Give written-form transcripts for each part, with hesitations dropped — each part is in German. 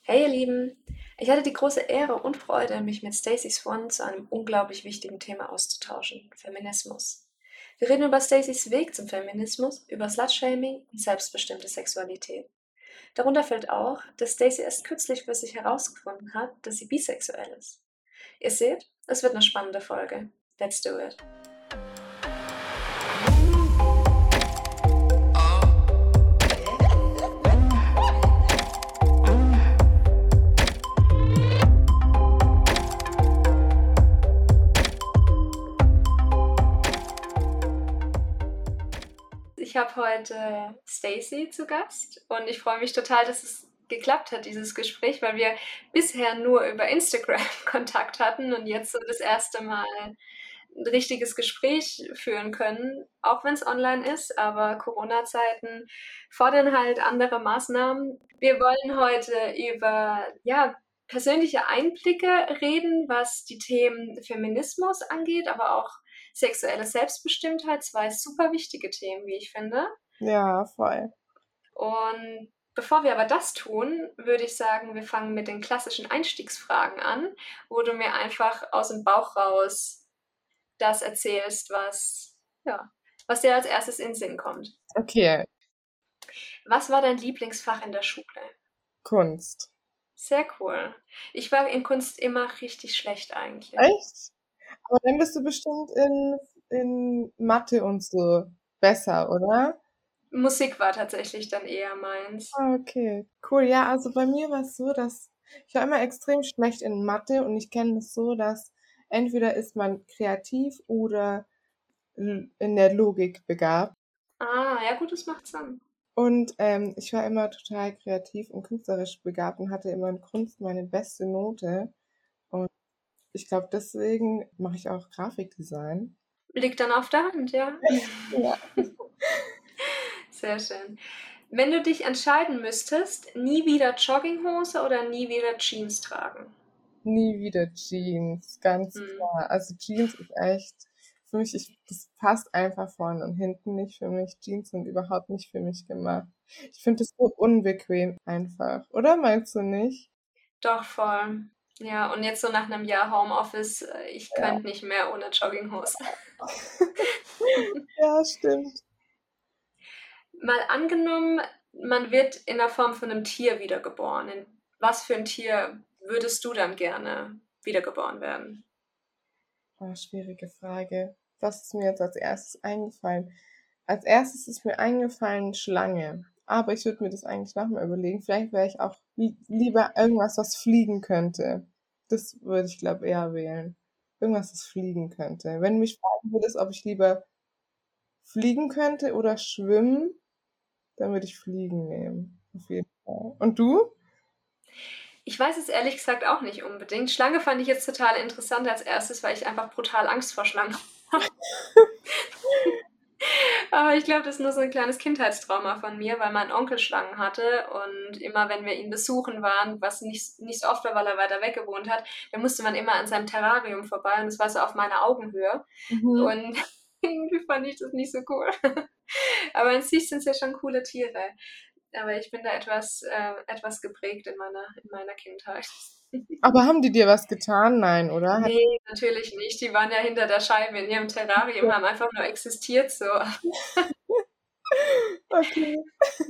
Hey ihr Lieben, ich hatte die große Ehre und Freude, mich mit Stacey Swan zu einem unglaublich wichtigen Thema auszutauschen, Feminismus. Wir reden über Stacys Weg zum Feminismus, über Slutshaming und selbstbestimmte Sexualität. Darunter fällt auch, dass Stacey erst kürzlich für sich herausgefunden hat, dass sie bisexuell ist. Ihr seht, es wird eine spannende Folge. Let's do it. Ich habe heute Stacey zu Gast und ich freue mich total, dass es geklappt hat, dieses Gespräch, weil wir bisher nur über Instagram Kontakt hatten und jetzt so das erste Mal ein richtiges Gespräch führen können, auch wenn es online ist, aber Corona-Zeiten fordern halt andere Maßnahmen. Wir wollen heute über persönliche Einblicke reden, was die Themen Feminismus angeht, aber auch sexuelle Selbstbestimmtheit, zwei super wichtige Themen, wie ich finde. Ja, voll. Und bevor wir aber das tun, würde ich sagen, wir fangen mit den klassischen Einstiegsfragen an, wo du mir einfach aus dem Bauch raus das erzählst, was dir als erstes in den Sinn kommt. Okay, Was war dein Lieblingsfach in der Schule? Kunst. Sehr cool. Ich war in Kunst immer richtig schlecht eigentlich. Echt? Aber dann bist du bestimmt in Mathe und so besser, oder? Musik war tatsächlich dann eher meins. Ah, okay. Cool. Ja, also bei mir war es so, dass ich war immer extrem schlecht in Mathe und ich kenne es so, dass entweder ist man kreativ oder in der Logik begabt. Ah, ja gut, das macht Sinn. Und ich war immer total kreativ und künstlerisch begabt und hatte immer in Kunst meine beste Note. Und ich glaube, deswegen mache ich auch Grafikdesign. Liegt dann auf der Hand, ja. Ja. Sehr schön. Wenn du dich entscheiden müsstest, nie wieder Jogginghose oder nie wieder Jeans tragen? Nie wieder Jeans, ganz Hm. klar. Also Jeans ist echt für mich, das passt einfach vorne und hinten nicht für mich. Jeans sind überhaupt nicht für mich gemacht. Ich finde es so unbequem einfach. Oder meinst du nicht? Doch, voll. Ja, und jetzt so nach einem Jahr Homeoffice, ich Ja. könnte nicht mehr ohne Jogginghose. Ja, stimmt. Mal angenommen, man wird in der Form von einem Tier wiedergeboren. In was für ein Tier würdest du dann gerne wiedergeboren werden? Oh, schwierige Frage. Was ist mir jetzt als erstes eingefallen? Als erstes ist mir eingefallen Schlange. Aber ich würde mir das eigentlich nochmal überlegen. Vielleicht wäre ich auch lieber irgendwas, was fliegen könnte. Das würde ich, glaube eher wählen. Irgendwas, das fliegen könnte. Wenn du mich fragen würdest, ob ich lieber fliegen könnte oder schwimmen, dann würde ich fliegen nehmen. Auf jeden Fall. Und du? Ich weiß es ehrlich gesagt auch nicht unbedingt. Schlange fand ich jetzt total interessant als erstes, weil ich einfach brutal Angst vor Schlangen habe. Aber ich glaube, das ist nur so ein kleines Kindheitstrauma von mir, weil mein Onkel Schlangen hatte und immer, wenn wir ihn besuchen waren, was nicht so oft war, weil er weiter weg gewohnt hat, dann musste man immer an seinem Terrarium vorbei und das war so auf meiner Augenhöhe. Mhm. Und irgendwie fand ich das nicht so cool. Aber an sich sind es ja schon coole Tiere. Aber ich bin da etwas geprägt in meiner Kindheit. Aber haben die dir was getan? Nein, oder? Nee, natürlich nicht. Die waren ja hinter der Scheibe in ihrem Terrarium, haben einfach nur existiert so. Okay.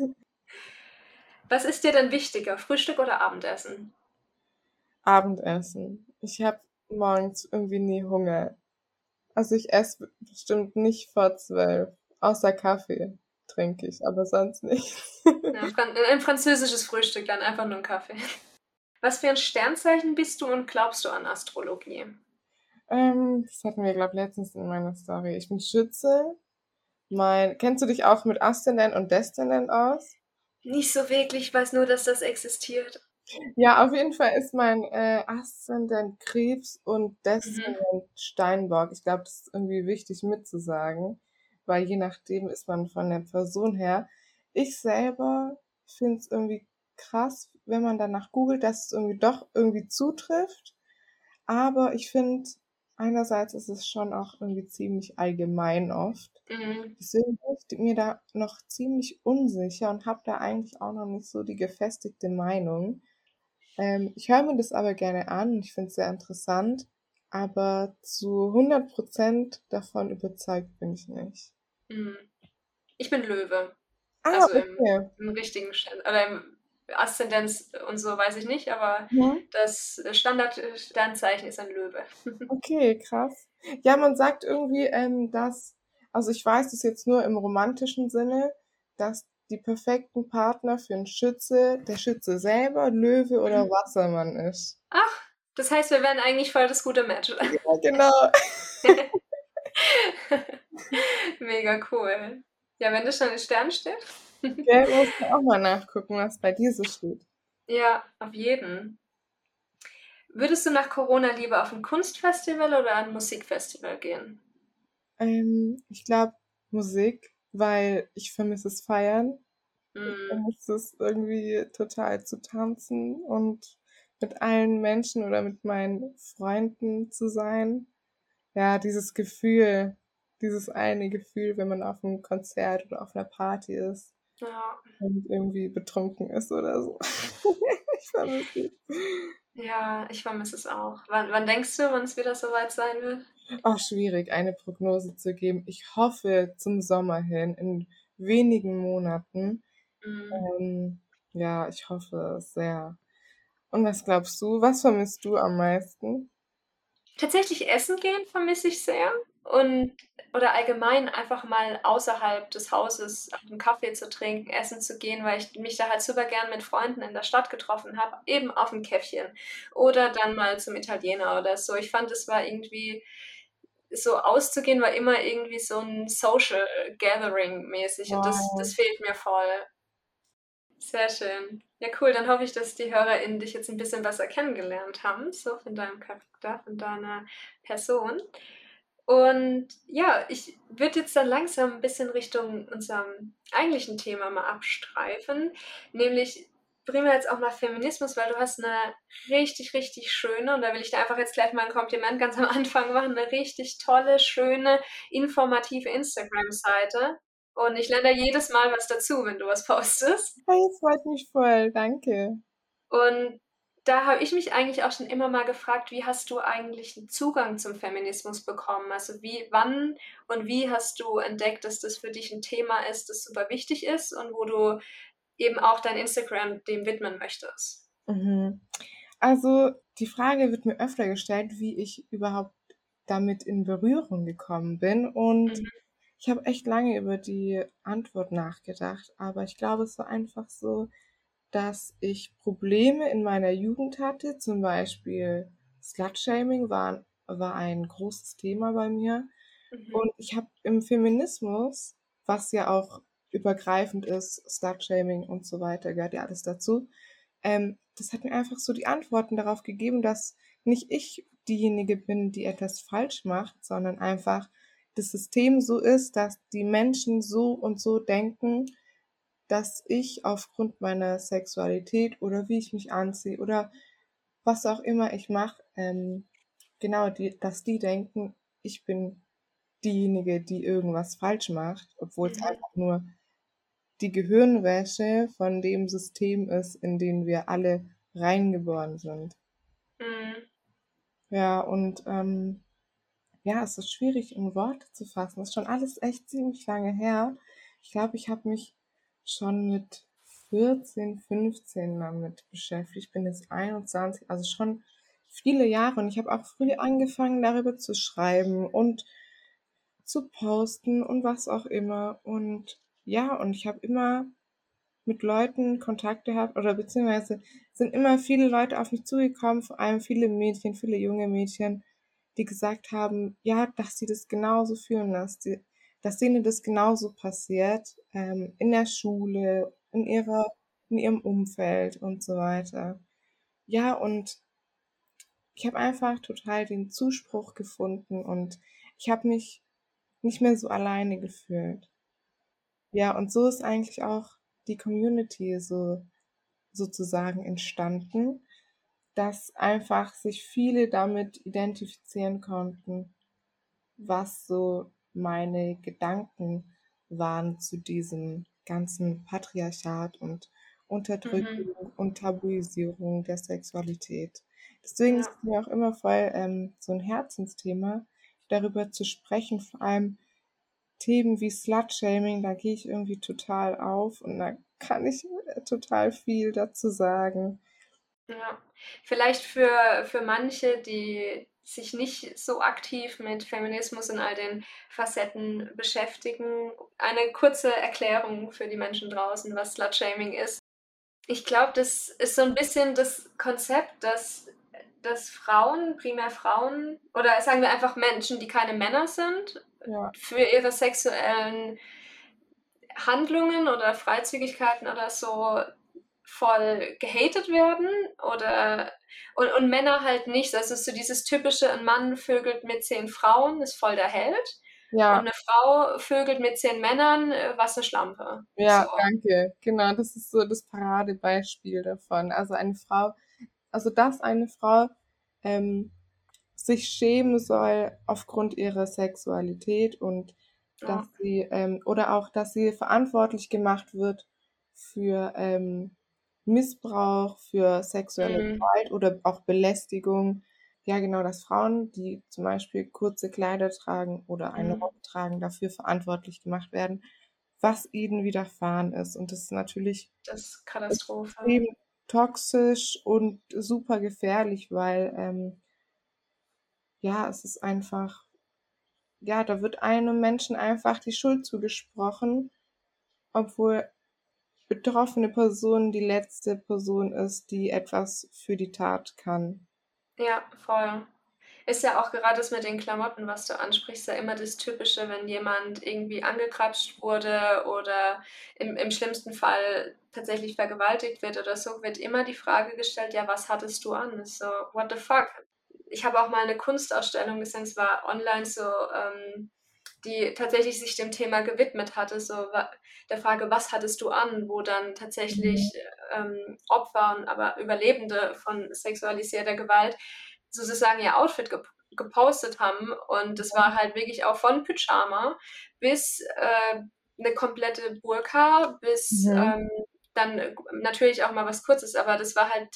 Was ist dir denn wichtiger, Frühstück oder Abendessen? Abendessen. Ich habe morgens irgendwie nie Hunger. Also ich esse bestimmt nicht vor 12. Außer Kaffee trinke ich, aber sonst nicht. Ja, ein französisches Frühstück, dann einfach nur 'n Kaffee. Was für ein Sternzeichen bist du und glaubst du an Astrologie? Das hatten wir, glaube ich, letztens in meiner Story. Ich bin Schütze. Kennst du dich auch mit Aszendent und Deszendent aus? Nicht so wirklich, ich weiß nur, dass das existiert. Ja, auf jeden Fall ist mein Aszendent Krebs und Mhm. Deszendent Steinbock. Ich glaube, das ist irgendwie wichtig mitzusagen, weil je nachdem ist man von der Person her. Ich selber finde es irgendwie krass, wenn man danach googelt, dass es irgendwie doch irgendwie zutrifft. Aber ich finde, einerseits ist es schon auch irgendwie ziemlich allgemein oft. Mhm. Deswegen bin ich mir da noch ziemlich unsicher und habe da eigentlich auch noch nicht so die gefestigte Meinung. Ich höre mir das aber gerne an und ich finde es sehr interessant, aber zu 100% davon überzeugt bin ich nicht. Mhm. Ich bin Löwe. Ah, Also okay. im richtigen oder im Aszendenz und so weiß ich nicht, aber Mhm. das Standard-Sternzeichen ist ein Löwe. Okay, krass. Ja, man sagt irgendwie, dass, also ich weiß das jetzt nur im romantischen Sinne, dass die perfekten Partner für einen Schütze, der Schütze selber, Löwe oder Wassermann ist. Ach, das heißt, wir wären eigentlich voll das gute Match. Ja, genau. Mega cool. Ja, wenn das schon in Sternen steht. Gell, musst du auch mal nachgucken, was bei dir so steht. Ja, auf jeden. Würdest du nach Corona lieber auf ein Kunstfestival oder ein Musikfestival gehen? Ich glaube Musik, weil ich vermisse es feiern. Ich Hm, vermisse es irgendwie total zu tanzen und mit allen Menschen oder mit meinen Freunden zu sein. Ja, dieses Gefühl, dieses eine Gefühl, wenn man auf einem Konzert oder auf einer Party ist ja. und irgendwie betrunken ist oder so. Ich vermisse es. Ja, ich vermisse es auch. Wann denkst du, wann es wieder soweit sein wird? Auch schwierig, eine Prognose zu geben. Ich hoffe zum Sommer hin, in wenigen Monaten. Hm. Ähm, ja, ich hoffe es sehr. Und was glaubst du? Was vermisst du am meisten? Tatsächlich essen gehen vermisse ich sehr und oder allgemein einfach mal außerhalb des Hauses auf 'n Kaffee zu trinken, essen zu gehen, weil ich mich da halt super gern mit Freunden in der Stadt getroffen habe, eben auf 'n Käffchen oder dann mal zum Italiener oder so. Ich fand, es war irgendwie so auszugehen war immer irgendwie so 'n Social Gathering mäßig und das Wow. fehlt mir voll. Sehr schön. Ja, cool. Dann hoffe ich, dass die HörerInnen dich jetzt ein bisschen besser kennengelernt haben, so von deinem Charakter, von deiner Person. Und ja, ich würde jetzt dann langsam ein bisschen Richtung unserem eigentlichen Thema mal abstreifen, nämlich bringen wir jetzt auch mal Feminismus, weil du hast eine richtig, richtig schöne, und da will ich dir einfach jetzt gleich mal ein Kompliment ganz am Anfang machen, eine richtig tolle, schöne, informative Instagram-Seite. Und ich lerne da jedes Mal was dazu, wenn du was postest. Hey, freut mich voll, danke. Und da habe ich mich eigentlich auch schon immer mal gefragt, wie hast du eigentlich 'n Zugang zum Feminismus bekommen? Also, wann und wie hast du entdeckt, dass das für dich ein Thema ist, das super wichtig ist und wo du eben auch dein Instagram dem widmen möchtest? Mhm. Also, die Frage wird mir öfter gestellt, wie ich überhaupt damit in Berührung gekommen bin. Und Mhm, ich habe echt lange über die Antwort nachgedacht. Aber ich glaube, es war einfach so, dass ich Probleme in meiner Jugend hatte. Zum Beispiel Slutshaming war ein großes Thema bei mir. mhm, Und ich habe im Feminismus, was ja auch übergreifend ist, Slutshaming und so weiter, gehört ja alles dazu. Das hat mir einfach so die Antworten darauf gegeben, dass nicht ich diejenige bin, die etwas falsch macht, sondern einfach das System so ist, dass die Menschen so und so denken, dass ich aufgrund meiner Sexualität oder wie ich mich anziehe oder was auch immer ich mache, genau, dass die denken, ich bin diejenige, die irgendwas falsch macht, obwohl es mhm, einfach nur die Gehirnwäsche von dem System ist, in den wir alle reingeboren sind. mhm, Ja, und ja, es ist schwierig in Worte zu fassen. Das ist schon alles echt ziemlich lange her. Ich glaube, ich habe mich schon mit 14, 15 damit beschäftigt. Ich bin jetzt 21, also schon viele Jahre. Und ich habe auch früh angefangen, darüber zu schreiben und zu posten und was auch immer. Und ja, und ich habe immer mit Leuten Kontakt gehabt oder beziehungsweise sind immer viele Leute auf mich zugekommen, vor allem viele Mädchen, viele junge Mädchen, die gesagt haben, ja, dass sie das genauso fühlen, dass denen das genauso passiert, in der Schule, in ihrem Umfeld und so weiter. Ja, und ich habe einfach total den Zuspruch gefunden und ich habe mich nicht mehr so alleine gefühlt. Ja, und so ist eigentlich auch die Community sozusagen entstanden, dass einfach sich viele damit identifizieren konnten, was so meine Gedanken waren zu diesem ganzen Patriarchat Unterdrückung Mhm. und Tabuisierung der Sexualität. Deswegen ist Ja. es mir auch immer voll so ein Herzensthema, darüber zu sprechen, vor allem Themen wie Slut-Shaming, da gehe ich irgendwie total auf und da kann ich total viel dazu sagen. Ja. Vielleicht für manche, die sich nicht so aktiv mit Feminismus in all den Facetten beschäftigen, eine kurze Erklärung für die Menschen draußen, was Slutshaming ist. Ich glaube, das ist so ein bisschen das Konzept, dass Frauen, primär Frauen oder sagen wir einfach Menschen, die keine Männer sind, Ja, für ihre sexuellen Handlungen oder Freizügigkeiten oder so voll gehatet werden oder und Männer halt nicht. Also so dieses typische, ein Mann vögelt mit 10 Frauen, ist voll der Held. Und ja, eine Frau vögelt mit 10 Männern, was eine Schlampe. So. ja, danke. Genau, das ist so das Paradebeispiel davon. Also dass eine Frau ähm, sich schämen soll aufgrund ihrer Sexualität und dass Ja. sie, oder auch, dass sie verantwortlich gemacht wird für Missbrauch, für sexuelle Mhm. Gewalt oder auch Belästigung. Ja, genau, dass Frauen, die zum Beispiel kurze Kleider tragen oder einen Mhm. Rock tragen, dafür verantwortlich gemacht werden, was ihnen widerfahren ist. Und das ist natürlich Das ist Katastrophe. extrem toxisch und super gefährlich, weil ja, es ist einfach, ja, da wird einem Menschen einfach die Schuld zugesprochen, obwohl betroffene Person die letzte Person ist, die etwas für die Tat kann. Ja, voll. Ist ja auch gerade das mit den Klamotten, was du ansprichst, ja immer das Typische, wenn jemand irgendwie angekrapscht wurde oder im schlimmsten Fall tatsächlich vergewaltigt wird oder so, wird immer die Frage gestellt, ja, was hattest du an? Ist so, what the fuck? Ich habe auch mal eine Kunstausstellung gesehen, es war online so, die tatsächlich sich dem Thema gewidmet hatte, so der Frage, was hattest du an, wo dann Mhm. tatsächlich Opfer und aber Überlebende von sexualisierter Gewalt sozusagen ihr Outfit gepostet haben. Und das war halt wirklich auch von Pyjama bis eine komplette Burka, bis Mhm. dann natürlich auch mal was Kurzes, aber das war halt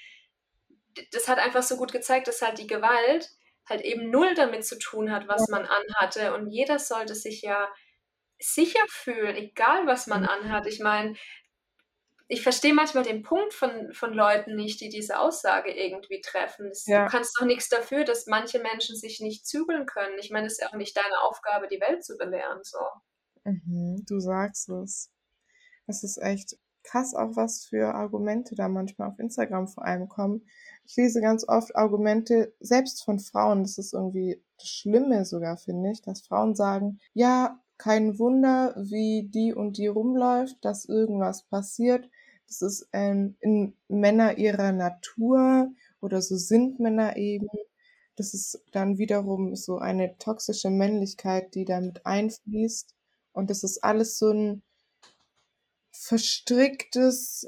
das hat einfach so gut gezeigt, dass halt die Gewalt halt eben null damit zu tun hat, was man anhatte. Und jeder sollte sich ja sicher fühlen, egal was man anhat. Ich meine, ich verstehe manchmal den Punkt von Leuten nicht, die diese Aussage irgendwie treffen. Du Ja, kannst doch nichts dafür, dass manche Menschen sich nicht zügeln können. Ich meine, es ist ja auch nicht deine Aufgabe, die Welt zu belehren. So. du sagst es. Es ist echt krass auch, was für Argumente da manchmal auf Instagram vor allem kommen. Ich lese ganz oft Argumente, selbst von Frauen, das ist irgendwie das Schlimme sogar, finde ich, dass Frauen sagen, ja, kein Wunder, wie die und die rumläuft, dass irgendwas passiert. Das ist in Männer ihrer Natur oder so sind Männer eben. Das ist dann wiederum so eine toxische Männlichkeit, die damit einfließt. Und das ist alles so ein verstricktes,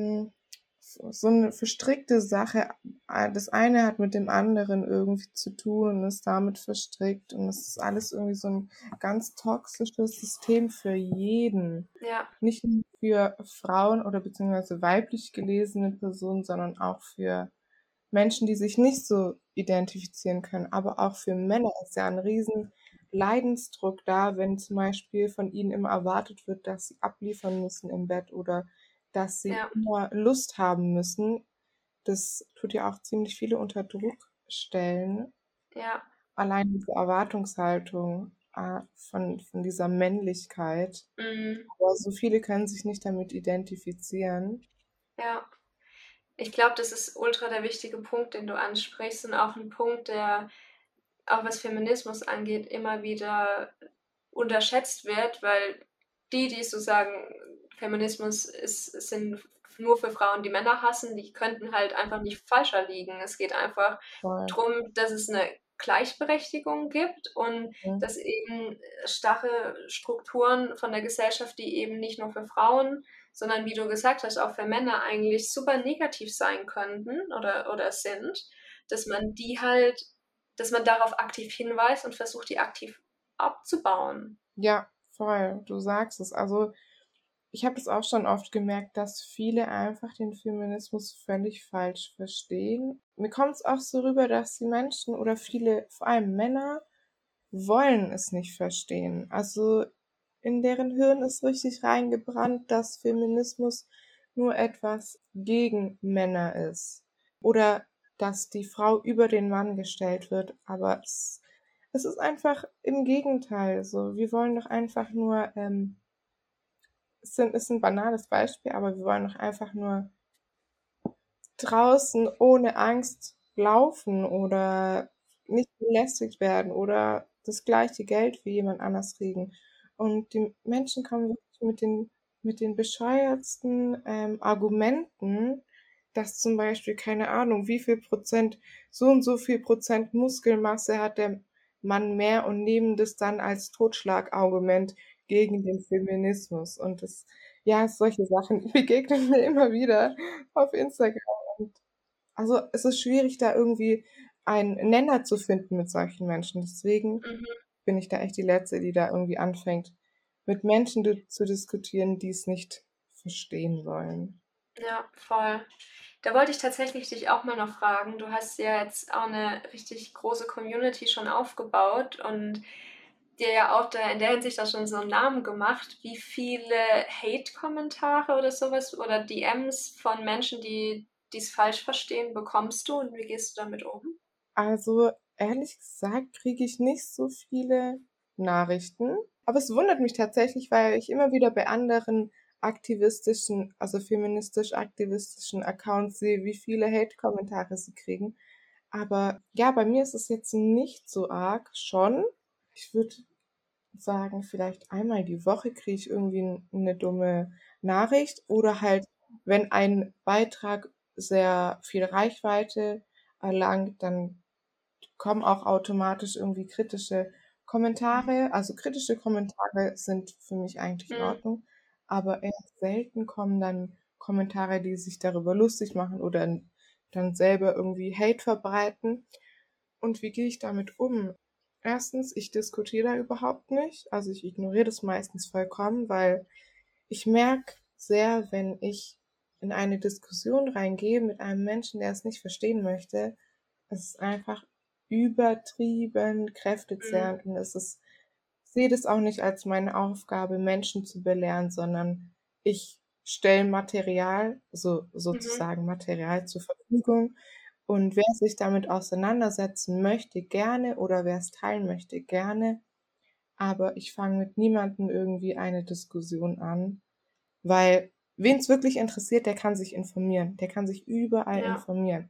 so eine verstrickte Sache. Das eine hat mit dem anderen irgendwie zu tun und ist damit verstrickt und es ist alles irgendwie so ein ganz toxisches System für jeden. Ja, Nicht nur für Frauen oder beziehungsweise weiblich gelesene Personen, sondern auch für Menschen, die sich nicht so identifizieren können, aber auch für Männer ist ja ein riesen Leidensdruck da, wenn zum Beispiel von ihnen immer erwartet wird, dass sie abliefern müssen im Bett oder dass sie ja, immer Lust haben müssen. Das tut ja auch ziemlich viele unter Druck stellen. ja. Allein diese Erwartungshaltung von dieser Männlichkeit. Mhm. Aber so viele können sich nicht damit identifizieren. Ja. Ich glaube, das ist ultra der wichtige Punkt, den du ansprichst und auch ein Punkt, der auch was Feminismus angeht, immer wieder unterschätzt wird, weil die so sagen, Feminismus sind nur für Frauen, die Männer hassen, die könnten halt einfach nicht falscher liegen. Es geht einfach Voll. darum, dass es eine Gleichberechtigung gibt und Mhm. dass eben starre Strukturen von der Gesellschaft, die eben nicht nur für Frauen, sondern wie du gesagt hast, auch für Männer eigentlich super negativ sein könnten oder sind, dass man die halt, dass man darauf aktiv hinweist und versucht, die aktiv abzubauen. Ja, voll. Du sagst es. Also ich habe das auch schon oft gemerkt, dass viele einfach den Feminismus völlig falsch verstehen. Mir kommt es auch so rüber, dass die Menschen oder viele, vor allem Männer, wollen es nicht verstehen. Also in deren Hirn ist richtig reingebrannt, dass Feminismus nur etwas gegen Männer ist. Oder dass die Frau über den Mann gestellt wird. Aber es ist einfach im Gegenteil so. Wir wollen doch einfach nur, ist ein banales Beispiel, aber wir wollen doch einfach nur draußen ohne Angst laufen oder nicht belästigt werden oder das gleiche Geld wie jemand anders kriegen. Und die Menschen kommen wirklich mit den bescheuertsten Argumenten, dass zum Beispiel, keine Ahnung, wie viel Prozent, so und so viel Prozent Muskelmasse hat der Mann mehr und nehmen das dann als Totschlagargument gegen den Feminismus. Und das, ja, solche Sachen begegnen mir immer wieder auf Instagram. Also es ist schwierig, da irgendwie einen Nenner zu finden mit solchen Menschen. Deswegen Mhm. bin ich da echt die Letzte, die da irgendwie anfängt, mit Menschen zu diskutieren, die es nicht verstehen wollen. Ja, voll. Da wollte ich tatsächlich dich auch mal noch fragen. Du hast ja jetzt auch eine richtig große Community schon aufgebaut und dir ja auch da in der Hinsicht auch schon so einen Namen gemacht. Wie viele Hate-Kommentare oder sowas oder DMs von Menschen, die es falsch verstehen, bekommst du und wie gehst du damit um? Also ehrlich gesagt kriege ich nicht so viele Nachrichten. Aber es wundert mich tatsächlich, weil ich immer wieder bei anderen aktivistischen, also feministisch-aktivistischen Accounts sehe, wie viele Hate-Kommentare sie kriegen. Aber ja, bei mir ist es jetzt nicht so arg, schon. Ich würde sagen, vielleicht einmal die Woche kriege ich irgendwie eine dumme Nachricht oder halt, wenn ein Beitrag sehr viel Reichweite erlangt, dann kommen auch automatisch irgendwie kritische Kommentare. Also kritische Kommentare sind für mich eigentlich in Mhm. Ordnung, aber eher selten kommen dann Kommentare, die sich darüber lustig machen oder dann selber irgendwie Hate verbreiten. Und wie gehe ich damit um? Erstens, ich diskutiere da überhaupt nicht. Also ich ignoriere das meistens vollkommen, weil ich merke sehr, wenn ich in eine Diskussion reingehe mit einem Menschen, der es nicht verstehen möchte, es ist einfach übertrieben Mhm. kräftezehrend und ich sehe das auch nicht als meine Aufgabe, Menschen zu belehren, sondern ich stelle Material, Mhm. sozusagen Material zur Verfügung und wer sich damit auseinandersetzen möchte, gerne oder wer es teilen möchte, gerne. Aber ich fange mit niemandem irgendwie eine Diskussion an, weil wen es wirklich interessiert, der kann sich informieren. Der kann sich überall Ja. informieren.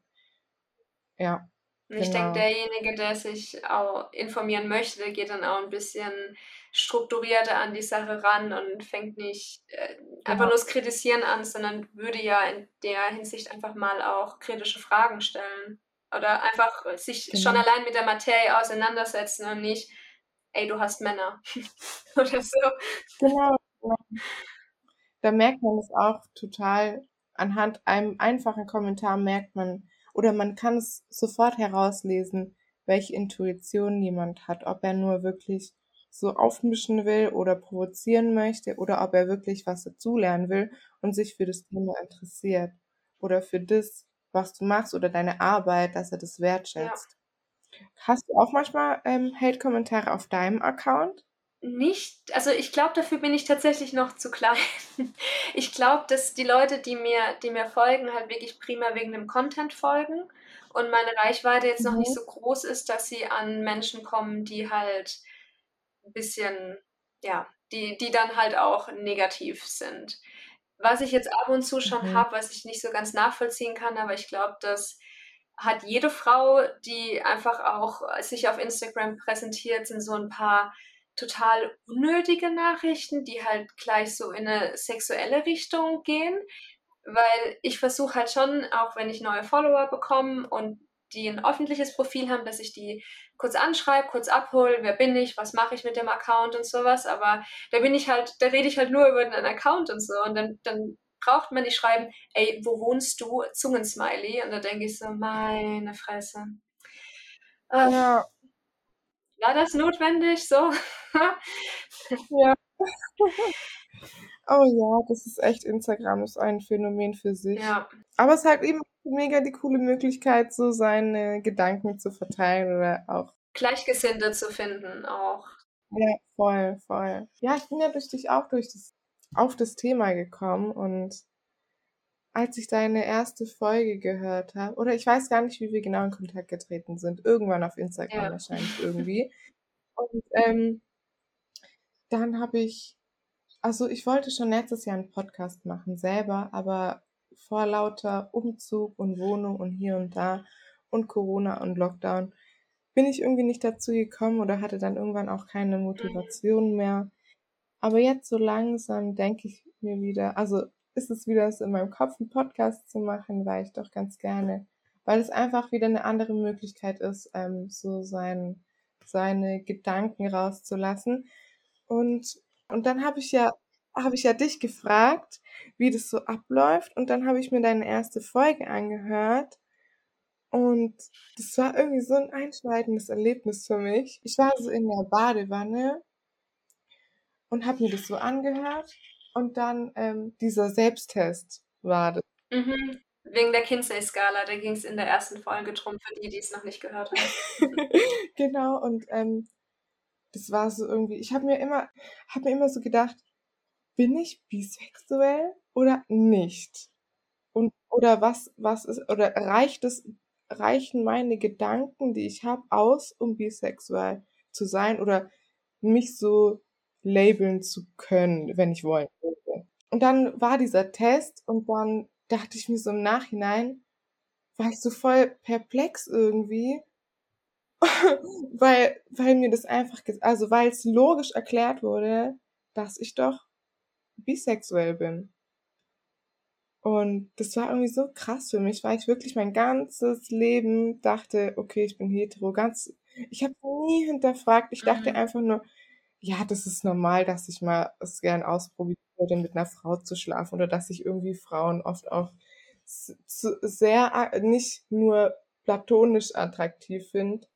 Ja, Und ich denke, genau. derjenige, der sich auch informieren möchte, der geht dann auch ein bisschen strukturierter an die Sache ran und fängt nicht einfach Ja, nur das Kritisieren an, sondern würde ja in der Hinsicht einfach mal auch kritische Fragen stellen. Oder einfach sich schon genau. allein mit der Materie auseinandersetzen und nicht, ey, du hast Männer oder so. Genau. Ja. Da merkt man es auch total. Anhand einem einfachen Kommentar merkt man, oder man kann es sofort herauslesen, welche Intuition jemand hat, ob er nur wirklich so aufmischen will oder provozieren möchte oder ob er wirklich was dazulernen will und sich für das Thema interessiert oder für das, was du machst oder deine Arbeit, dass er das Ja. wertschätzt. Hast du auch manchmal Hate-Kommentare auf deinem Account? Nicht, also ich glaube, dafür bin ich tatsächlich noch zu klein. Ich glaube, dass die Leute, die mir folgen, halt wirklich prima wegen dem Content folgen und meine Reichweite jetzt noch nicht Mhm. so groß ist, dass sie an Menschen kommen, die halt ein bisschen, ja, die dann halt auch negativ sind. Was ich jetzt ab und zu schon Mhm. habe, was ich nicht so ganz nachvollziehen kann, aber ich glaube, das hat jede Frau, die einfach auch sich auf Instagram präsentiert, sind so ein paar total unnötige Nachrichten, die halt gleich so in eine sexuelle Richtung gehen, weil ich versuche halt schon, auch wenn ich neue Follower bekomme und die ein öffentliches Profil haben, dass ich die kurz anschreibe, kurz abhole, wer bin ich, was mache ich mit dem Account und sowas, aber da rede ich halt nur über den Account und so und dann braucht man nicht schreiben, ey, wo wohnst du? Zungensmiley. Und da denke ich so, meine Fresse. Äh, Ja, war das notwendig? So? ja. Oh ja, das ist echt, Instagram ist ein Phänomen für sich. Ja, Aber es ist halt eben mega die coole Möglichkeit, so seine Gedanken zu verteilen oder auch. Gleichgesinnte zu finden auch. Ja, voll, voll. Ja, ich bin ja durch dich auch auf das Thema gekommen und als ich deine erste Folge gehört habe, oder ich weiß gar nicht, wie wir genau in Kontakt getreten sind, irgendwann auf Instagram Ja. wahrscheinlich irgendwie. Und dann habe ich, also ich wollte schon letztes Jahr einen Podcast machen selber, aber vor lauter Umzug und Wohnung und hier und da und Corona und Lockdown bin ich irgendwie nicht dazu gekommen oder hatte dann irgendwann auch keine Mhm. Motivation mehr. Aber jetzt so langsam denke ich mir wieder, also ist es wieder so in meinem Kopf, einen Podcast zu machen, weil ich doch ganz gerne, weil es einfach wieder eine andere Möglichkeit ist, so seine Gedanken rauszulassen. Und, und dann habe ich ja dich gefragt, wie das so abläuft. Und dann habe ich mir deine erste Folge angehört. Und das war irgendwie so ein einschneidendes Erlebnis für mich. Ich war so in der Badewanne und habe mir das so angehört. Und dann dieser Selbsttest war das. Mhm. Wegen der Kinsey-Skala, da ging es in der ersten Folge drum, für die, die es noch nicht gehört haben. Genau, und das war so irgendwie, hab mir immer so gedacht, bin ich bisexuell oder nicht? Und oder was ist, oder reichen meine Gedanken, die ich habe, aus, um bisexuell zu sein oder mich so labeln zu können, wenn ich wollen würde. Und dann war dieser Test und dann dachte ich mir so im Nachhinein, war ich so voll perplex irgendwie, weil mir das einfach, also weil es logisch erklärt wurde, dass ich doch bisexuell bin. Und das war irgendwie so krass für mich, weil ich wirklich mein ganzes Leben dachte, okay, ich bin hetero. Ich habe nie hinterfragt. Ich dachte Mhm. einfach nur, ja, das ist normal, dass ich mal es gern ausprobieren würde, mit einer Frau zu schlafen oder dass ich irgendwie Frauen oft auch sehr, nicht nur platonisch attraktiv finde.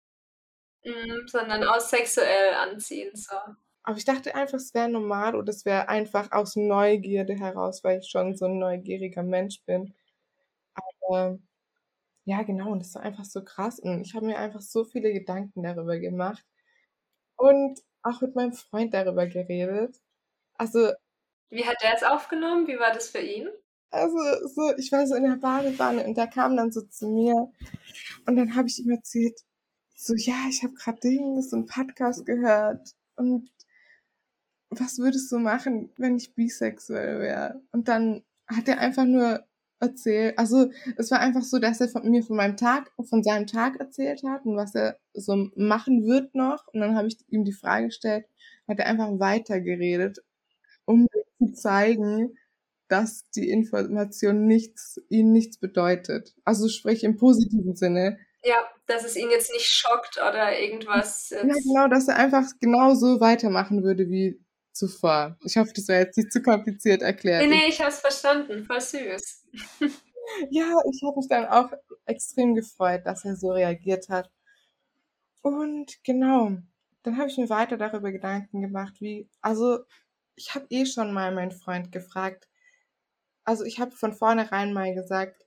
Mhm, sondern auch sexuell anziehend, so. Aber ich dachte einfach, es wäre normal oder es wäre einfach aus Neugierde heraus, weil ich schon so ein neugieriger Mensch bin. Aber ja, genau, und das war einfach so krass und ich habe mir einfach so viele Gedanken darüber gemacht und auch mit meinem Freund darüber geredet. Also Wie hat der es aufgenommen? Wie war das für ihn? also so, ich war so in der Badewanne und der kam dann so zu mir und dann habe ich ihm erzählt, so: „Ja, ich habe grad so 'n Podcast gehört und was würdest du machen, wenn ich bisexuell wäre?“ Und dann hat er einfach nur erzählt, also es war einfach so, dass er von seinem Tag erzählt hat und was er so machen wird noch. Und dann habe ich ihm die Frage gestellt, hat er einfach weitergeredet, um mir zu zeigen, dass die Information ihm nichts bedeutet. Also sprich im positiven Sinne. Ja, dass es ihn jetzt nicht schockt oder irgendwas Ja, jetzt. genau, dass er einfach genauso weitermachen würde wie zuvor. Ich hoffe, das war jetzt nicht zu kompliziert Ne, erklärt. ne, ich habe es verstanden, voll süß. Ja, ich habe mich dann auch extrem gefreut, dass er so reagiert hat. Und genau, dann habe ich mir weiter darüber Gedanken gemacht, also ich habe eh schon mal meinen Freund gefragt. Also ich habe von vornherein mal gesagt,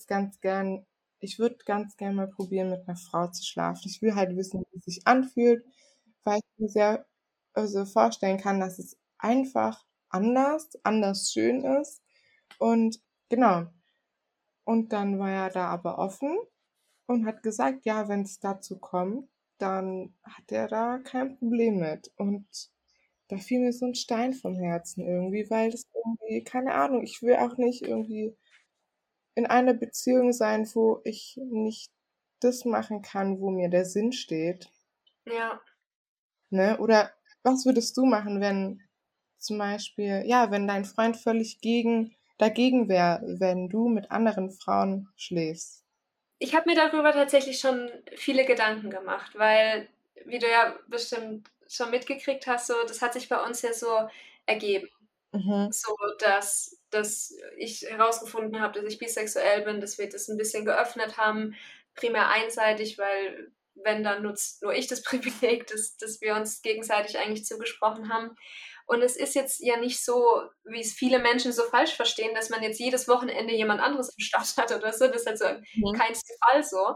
ich würde ganz gern mal probieren, mit einer Frau zu schlafen. Ich will halt wissen, wie es sich anfühlt, weil ich mir sehr, also vorstellen kann, dass es einfach anders schön ist. Und genau. Und dann war er da aber offen und hat gesagt, ja, wenn es dazu kommt, dann hat er da kein Problem mit. Und da fiel mir so ein Stein vom Herzen irgendwie, weil das irgendwie, keine Ahnung, ich will auch nicht irgendwie in einer Beziehung sein, wo ich nicht das machen kann, wo mir der Sinn steht, Ja. ne? Oder was würdest du machen, wenn zum Beispiel, ja, wenn dein Freund völlig dagegen wäre, wenn du mit anderen Frauen schläfst? Ich habe mir darüber tatsächlich schon viele Gedanken gemacht, weil, wie du ja bestimmt schon mitgekriegt hast, so, das hat sich bei uns ja so ergeben. Mhm. So, dass ich herausgefunden habe, dass ich bisexuell bin, dass wir das ein bisschen geöffnet haben, primär einseitig, weil wenn, dann nutzt nur ich das Privileg, dass wir uns gegenseitig eigentlich zugesprochen haben. Und es ist jetzt ja nicht so, wie es viele Menschen so falsch verstehen, dass man jetzt jedes Wochenende jemand anderes am Start hat oder so. Das ist also Mhm. kein Fall so.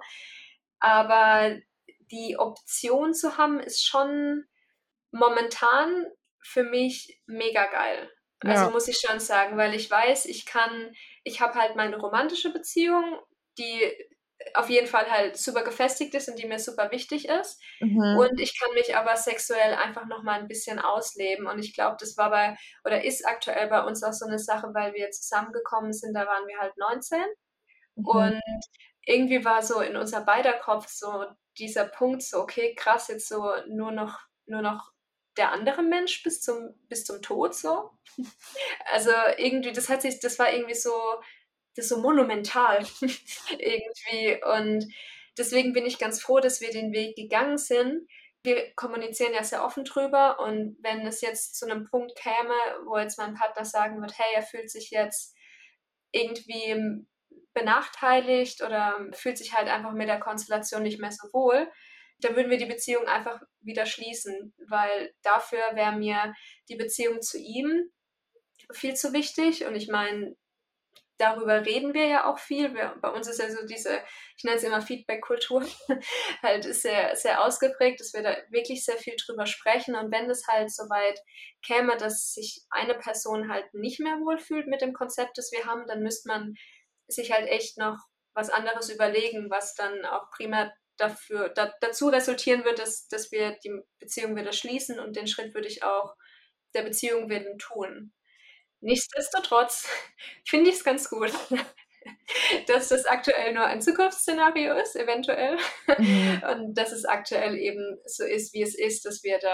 Aber die Option zu haben, ist schon momentan für mich mega geil. Also Ja. muss ich schon sagen, weil ich weiß, ich habe halt meine romantische Beziehung, die auf jeden Fall halt super gefestigt ist und die mir super wichtig ist. Mhm. Und ich kann mich aber sexuell einfach noch mal ein bisschen ausleben. Und ich glaube, das war oder ist aktuell bei uns auch so eine Sache, weil wir zusammengekommen sind, da waren wir halt 19. Mhm. Und irgendwie war so in unser beider Kopf so dieser Punkt so, okay, krass, jetzt so nur noch der andere Mensch bis zum Tod so. Also irgendwie, das war irgendwie so, das so monumental irgendwie. Und deswegen bin ich ganz froh, dass wir den Weg gegangen sind. Wir kommunizieren ja sehr offen drüber und wenn es jetzt zu einem Punkt käme, wo jetzt mein Partner sagen wird, hey, er fühlt sich jetzt irgendwie benachteiligt oder fühlt sich halt einfach mit der Konstellation nicht mehr so wohl, dann würden wir die Beziehung einfach wieder schließen, weil dafür wäre mir die Beziehung zu ihm viel zu wichtig. Und ich meine, darüber reden wir ja auch viel. Bei uns ist ja so diese, ich nenne es immer Feedback-Kultur, halt ist sehr, sehr ausgeprägt, dass wir da wirklich sehr viel drüber sprechen. Und wenn es halt soweit käme, dass sich eine Person halt nicht mehr wohlfühlt mit dem Konzept, das wir haben, dann müsste man sich halt echt noch was anderes überlegen, was dann auch primär dazu resultieren wird, dass wir die Beziehung wieder schließen und den Schritt würde ich auch der Beziehung willen tun. Nichtsdestotrotz finde ich es ganz gut, dass das aktuell nur ein Zukunftsszenario ist, eventuell. Mhm. Und dass es aktuell eben so ist, wie es ist, dass wir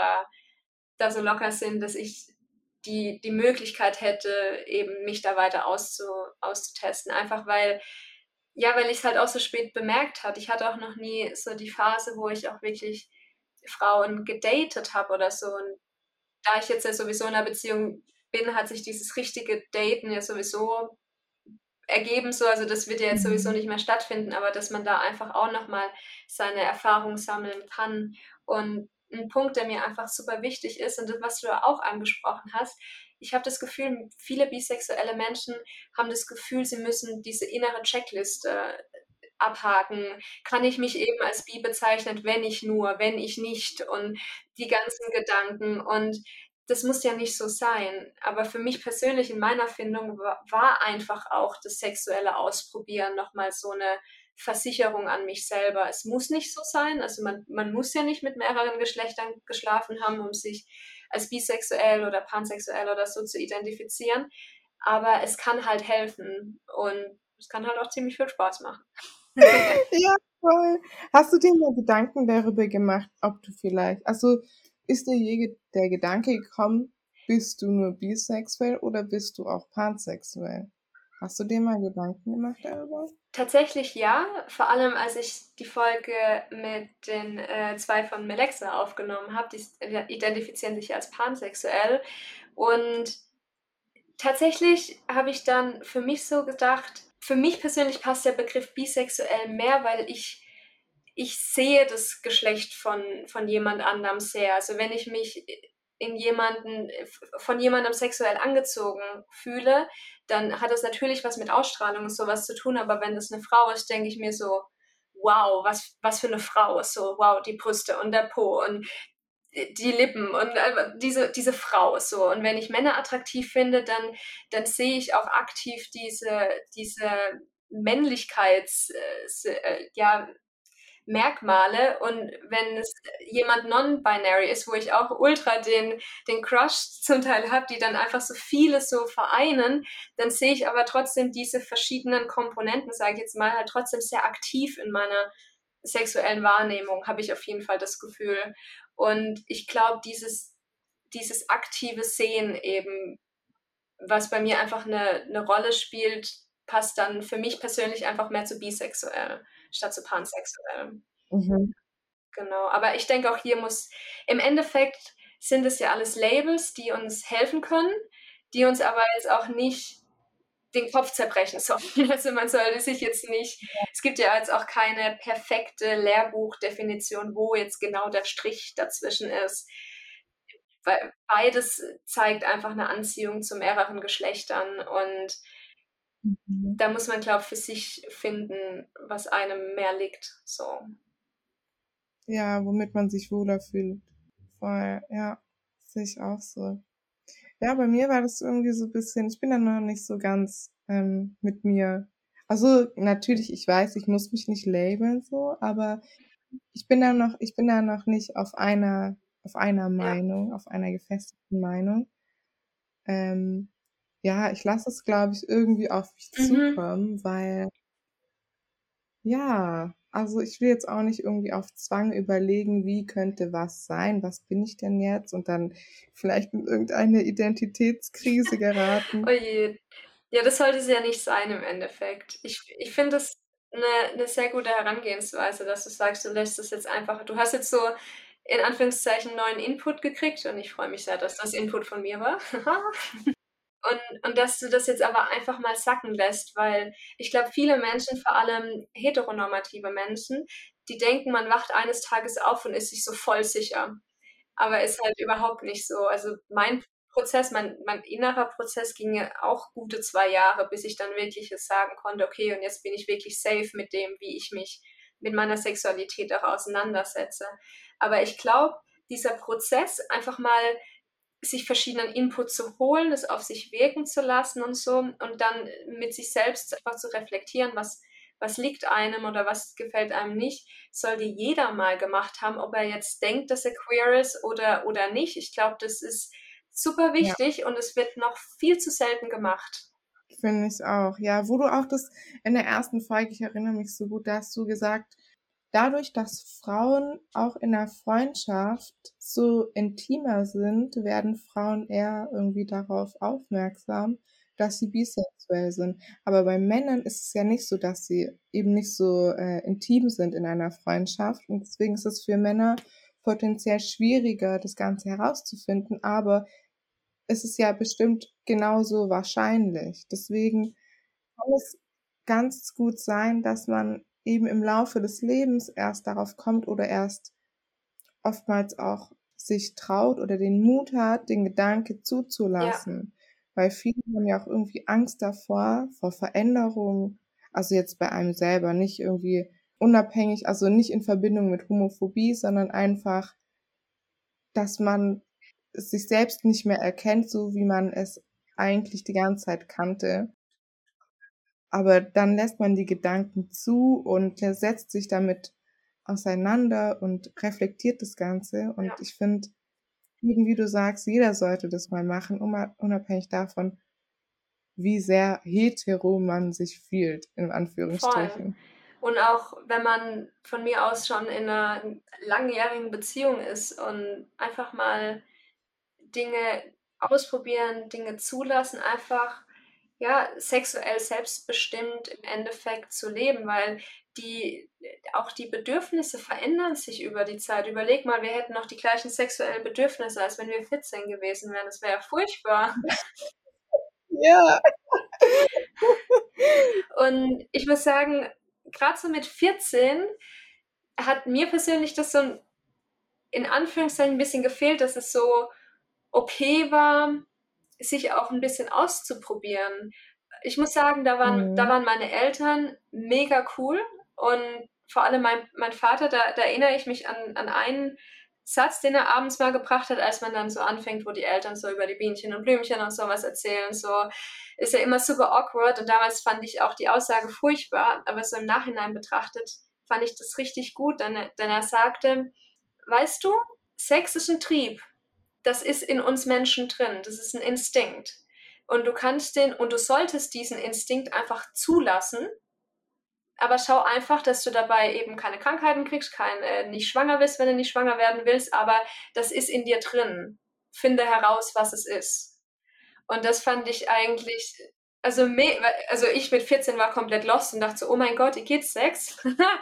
da so locker sind, dass ich die Möglichkeit hätte, eben mich da weiter auszutesten. Einfach weil ich es halt auch so spät bemerkt habe. Ich hatte auch noch nie so die Phase, wo ich auch wirklich Frauen gedatet habe oder so. Und da ich jetzt ja sowieso in einer Beziehung bin, hat sich dieses richtige Daten ja sowieso ergeben, so, also das wird ja jetzt sowieso Mhm. nicht mehr stattfinden, aber dass man da einfach auch nochmal seine Erfahrung sammeln kann. Und ein Punkt, der mir einfach super wichtig ist und das, was du da auch angesprochen hast, ich habe das Gefühl, viele bisexuelle Menschen haben das Gefühl, sie müssen diese innere Checkliste abhaken. Kann ich mich eben als bi bezeichnen, wenn ich nur, wenn ich nicht und die ganzen Gedanken und das muss ja nicht so sein. Aber für mich persönlich in meiner Findung war einfach auch das sexuelle Ausprobieren nochmal so eine Versicherung an mich selber. Es muss nicht so sein. Also man muss ja nicht mit mehreren Geschlechtern geschlafen haben, um sich als bisexuell oder pansexuell oder so zu identifizieren. Aber es kann halt helfen und es kann halt auch ziemlich viel Spaß machen. Ja, voll. Hast du dir mal Gedanken darüber gemacht, ob du vielleicht, also ist dir je der Gedanke gekommen, bist du nur bisexuell oder bist du auch pansexuell? Hast du dir mal Gedanken gemacht darüber? Tatsächlich ja, vor allem als ich die Folge mit den zwei von Melexa aufgenommen habe, die identifizieren sich als pansexuell. Und tatsächlich habe ich dann für mich so gedacht, für mich persönlich passt der Begriff bisexuell mehr, weil ich sehe das Geschlecht von jemand anderem sehr. Also wenn ich mich von jemandem sexuell angezogen fühle, dann hat das natürlich was mit Ausstrahlung und sowas zu tun, aber wenn das eine Frau ist, denke ich mir so, wow, was für eine Frau, so, wow, die Brüste und der Po und die Lippen und diese Frau so. Und wenn ich Männer attraktiv finde, dann sehe ich auch aktiv diese Männlichkeits, ja, Merkmale und wenn es jemand non-binary ist, wo ich auch ultra den Crush zum Teil habe, die dann einfach so vieles so vereinen, dann sehe ich aber trotzdem diese verschiedenen Komponenten, sage ich jetzt mal, halt trotzdem sehr aktiv in meiner sexuellen Wahrnehmung, habe ich auf jeden Fall das Gefühl. Und ich glaube, dieses aktive Sehen eben, was bei mir einfach eine Rolle spielt, passt dann für mich persönlich einfach mehr zu bisexuell statt zu pansexuell. Mhm. Genau, aber ich denke auch hier im Endeffekt sind es ja alles Labels, die uns helfen können, die uns aber jetzt auch nicht den Kopf zerbrechen sollen. Also man sollte sich jetzt nicht, es gibt ja jetzt auch keine perfekte Lehrbuchdefinition, wo jetzt genau der Strich dazwischen ist. weil beides zeigt einfach eine Anziehung zu mehreren Geschlechtern und Mhm. da muss man, glaube ich, für sich finden, was einem mehr liegt, so. Ja, womit man sich wohler fühlt. Voll, ja, sehe ich auch so. Ja, bei mir war das irgendwie so ein bisschen, ich bin da noch nicht so ganz mit mir. Also natürlich, ich weiß, ich muss mich nicht labeln so, aber ich bin da noch nicht auf einer Ja. Meinung, auf einer gefestigten Meinung. Ähm, ja, ich lasse es, glaube ich, irgendwie auf mich Mhm. zukommen, weil ja, also ich will jetzt auch nicht irgendwie auf Zwang überlegen, wie könnte was sein, was bin ich denn jetzt und dann vielleicht in irgendeine Identitätskrise Oh geraten. je. Ja, das sollte es ja nicht sein im Endeffekt. Ich finde das eine sehr gute Herangehensweise, dass du sagst, du lässt es jetzt einfach du hast jetzt so in Anführungszeichen neuen Input gekriegt und ich freue mich sehr, dass das Input von mir war. Und dass du das jetzt aber einfach mal sacken lässt, weil ich glaube, viele Menschen, vor allem heteronormative Menschen, die denken, man wacht eines Tages auf und ist sich so voll sicher. Aber ist halt überhaupt nicht so. Also mein Prozess, mein innerer Prozess ging ja auch gute 2 Jahre, bis ich dann wirklich jetzt sagen konnte, okay, und jetzt bin ich wirklich safe mit dem, wie ich mich mit meiner Sexualität auch auseinandersetze. Aber ich glaube, dieser Prozess, einfach mal sich verschiedenen Input zu holen, das auf sich wirken zu lassen und so und dann mit sich selbst einfach zu reflektieren, was liegt einem oder was gefällt einem nicht, sollte jeder mal gemacht haben, ob er jetzt denkt, dass er queer ist oder nicht. Ich glaube, das ist super Ja, wichtig und es wird noch viel zu selten gemacht. finde ich auch. Ja, wo du auch das in der ersten Folge, ich erinnere mich so gut, da hast du gesagt, dadurch, dass Frauen auch in der Freundschaft so intimer sind, werden Frauen eher irgendwie darauf aufmerksam, dass sie bisexuell sind. Aber bei Männern ist es ja nicht so, dass sie eben nicht so intim sind in einer Freundschaft. Und deswegen ist es für Männer potenziell schwieriger, das Ganze herauszufinden. Aber es ist ja bestimmt genauso wahrscheinlich. Deswegen kann es ganz gut sein, dass man eben im Laufe des Lebens erst darauf kommt oder erst oftmals auch sich traut oder den Mut hat, den Gedanke Ja, zuzulassen. Weil viele haben ja auch irgendwie Angst davor, vor Veränderung. Also jetzt bei einem selber, nicht irgendwie unabhängig, also nicht in Verbindung mit Homophobie, sondern einfach, dass man sich selbst nicht mehr erkennt, so wie man es eigentlich die ganze Zeit kannte. Aber dann lässt man die Gedanken zu und der setzt sich damit auseinander und reflektiert das Ganze. ja, Und ich finde, eben wie du sagst, jeder sollte das mal machen, unabhängig davon, wie sehr hetero man sich fühlt, in voll. Anführungsstrichen. Und auch wenn man von mir aus schon in einer langjährigen Beziehung ist und einfach mal Dinge ausprobieren, Dinge zulassen, einfach ja, sexuell selbstbestimmt im Endeffekt zu leben, weil die, auch die Bedürfnisse verändern sich über die Zeit. Überleg mal, wir hätten noch die gleichen sexuellen Bedürfnisse, als wenn wir 14 gewesen wären. Das wäre ja furchtbar. Ja. Und ich muss sagen, gerade so mit 14 hat mir persönlich das so in Anführungszeichen ein bisschen gefehlt, dass es so okay war, sich auch ein bisschen auszuprobieren. Ich muss sagen, da Mhm. waren meine Eltern mega cool und vor allem mein Vater, da erinnere ich mich an einen Satz, den er abends mal gebracht hat, als man dann so anfängt, wo die Eltern so über die Bienchen und Blümchen und sowas erzählen, so ist ja immer super awkward und damals fand ich auch die Aussage furchtbar, aber so im Nachhinein betrachtet fand ich das richtig gut, denn er sagte, weißt du, Sex ist ein Trieb, das ist in uns Menschen drin. Das ist ein Instinkt. Und du kannst den und du solltest diesen Instinkt einfach zulassen, aber schau einfach, dass du dabei eben keine Krankheiten kriegst, nicht schwanger wirst, wenn du nicht schwanger werden willst, aber das ist in dir drin. Finde heraus, was es ist. Und das fand ich eigentlich, also, also ich mit 14 war komplett lost und dachte so, oh mein Gott, ihr geht Sex.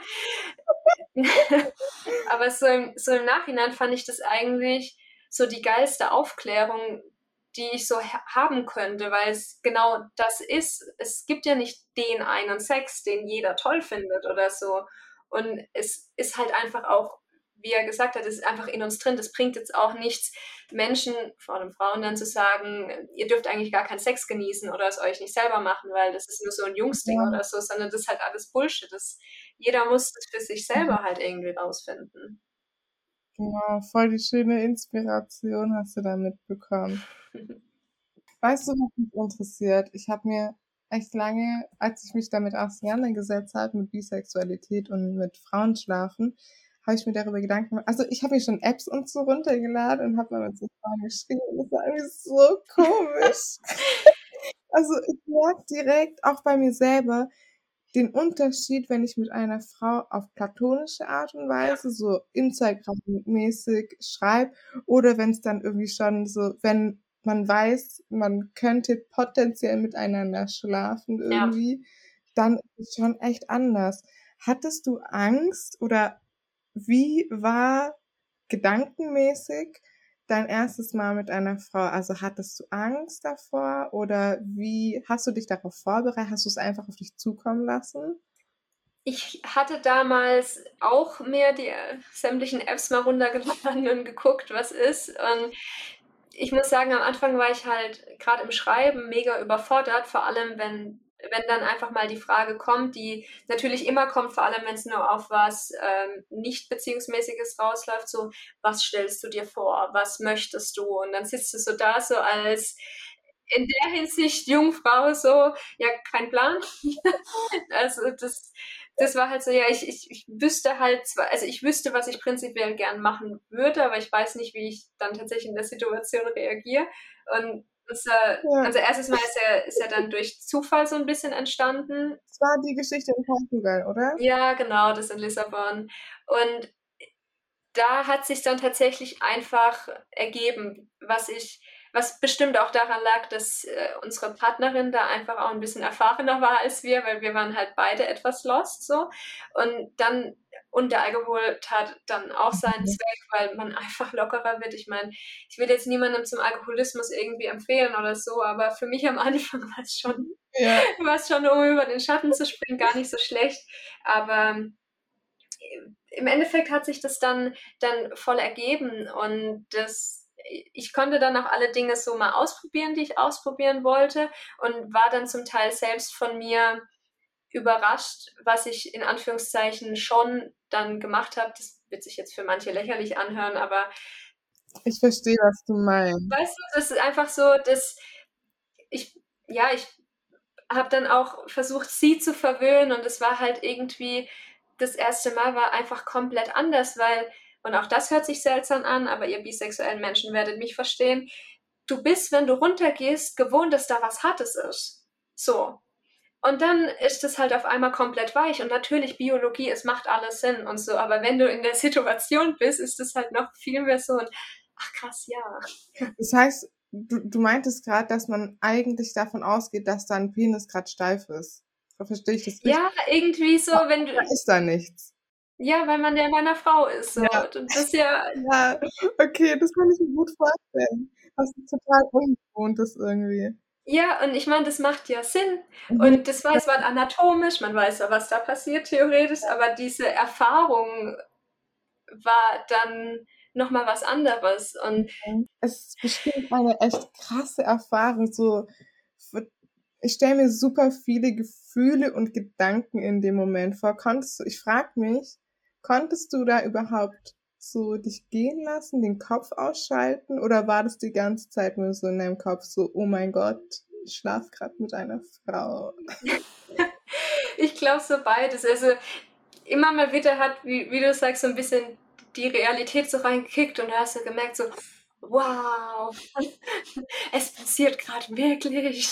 Aber so im Nachhinein fand ich das eigentlich so die geilste Aufklärung, die ich so haben könnte, weil es genau das ist. Es gibt ja nicht den einen Sex, den jeder toll findet oder so. Und es ist halt einfach auch wie er gesagt hat, es ist einfach in uns drin. Das bringt jetzt auch nichts, Menschen, vor allem Frauen, dann zu sagen, ihr dürft eigentlich gar keinen Sex genießen oder es euch nicht selber machen, weil das ist nur so ein Jungsding Ja, oder so, sondern das ist halt alles Bullshit. Jeder muss das für sich selber halt irgendwie rausfinden. genau, voll die schöne Inspiration hast du da mitbekommen. Weißt du, was mich interessiert? Ich habe mir echt lange, als ich mich damit auseinandergesetzt habe, mit Bisexualität und mit Frauenschlafen, habe ich mir darüber Gedanken gemacht. Also ich habe mir schon Apps und so runtergeladen und habe mal mit so Frauen geschrieben. Das war irgendwie so komisch. Also ich merke direkt, auch bei mir selber, den Unterschied, wenn ich mit einer Frau auf platonische Art und Ja, Weise, so Instagram-mäßig schreibe, oder wenn es dann irgendwie schon so, wenn man weiß, man könnte potenziell miteinander schlafen ja. irgendwie, dann ist es schon echt anders. Hattest du Angst oder wie war gedankenmäßig dein erstes Mal mit einer Frau? Also hattest du Angst davor oder wie hast du dich darauf vorbereitet? Hast du es einfach auf dich zukommen lassen? Ich hatte damals auch mir die sämtlichen Apps mal runtergeladen und geguckt, was ist. Und ich muss sagen, am Anfang war ich halt gerade im Schreiben mega überfordert, vor allem wenn dann einfach mal die Frage kommt, die natürlich immer kommt, vor allem wenn es nur auf was nicht Beziehungsmäßiges rausläuft, so, was stellst du dir vor, was möchtest du? Und dann sitzt du so da, so als in der Hinsicht Jungfrau, so, ja, kein Plan. Also das war halt so, ja, ich wüsste halt zwar, also ich wüsste, was ich prinzipiell gern machen würde, aber ich weiß nicht, wie ich dann tatsächlich in der Situation reagiere. Und Ja, unser erstes Mal ist ja dann durch Zufall so ein bisschen entstanden. es war die Geschichte in Portugal, oder? Ja, genau, das in Lissabon. Und da hat sich dann tatsächlich einfach ergeben, was bestimmt auch daran lag, dass unsere Partnerin da einfach auch ein bisschen erfahrener war als wir, weil wir waren halt beide etwas lost so. Und der Alkohol tat dann auch seinen Mhm. Zweck, weil man einfach lockerer wird. Ich meine, ich will jetzt niemandem zum Alkoholismus irgendwie empfehlen oder so, aber für mich am Anfang Ja, war es schon, um über den Schatten zu springen, gar nicht so schlecht. Aber im Endeffekt hat sich das dann voll ergeben und ich konnte dann auch alle Dinge so mal ausprobieren, die ich ausprobieren wollte und war dann zum Teil selbst von mir überrascht, was ich in Anführungszeichen schon dann gemacht habe. Das wird sich jetzt für manche lächerlich anhören, aber ich verstehe, was du meinst. weißt du, das ist einfach so, dass ich habe dann auch versucht, sie zu verwöhnen und es war halt irgendwie, das erste Mal war einfach komplett anders, weil, und auch das hört sich seltsam an, aber ihr bisexuellen Menschen werdet mich verstehen, du bist, wenn du runtergehst, gewohnt, dass da was Hartes ist. So. Und dann ist es halt auf einmal komplett weich. Und natürlich, Biologie, es macht alles Sinn und so. Aber wenn du in der Situation bist, ist es halt noch viel mehr so ein, ach krass, ja. Das heißt, du meintest gerade, dass man eigentlich davon ausgeht, dass dein Penis gerade steif ist. Verstehe ich das richtig? Ja, irgendwie so, wenn Da du, ist da nichts. ja, weil man ja bei einer Frau ist, so. Ja, Und das ist ja, ja, okay, das kann ich mir gut vorstellen. Was total ungewohnt ist irgendwie. ja, und ich meine, das macht ja Sinn. Mhm. Und das weiß man anatomisch, man weiß ja, was da passiert theoretisch, aber diese Erfahrung war dann nochmal was anderes. Und Es ist bestimmt eine echt krasse Erfahrung. So, ich stelle mir super viele Gefühle und Gedanken in dem Moment vor. Ich frage mich, konntest du da überhaupt so dich gehen lassen, den Kopf ausschalten, oder war das die ganze Zeit nur so in deinem Kopf so, oh mein Gott, ich schlaf gerade mit einer Frau? ich glaube so beides. Also immer mal wieder hat, wie du sagst, so ein bisschen die Realität so reingekickt und da hast du gemerkt, so, wow, es passiert gerade wirklich.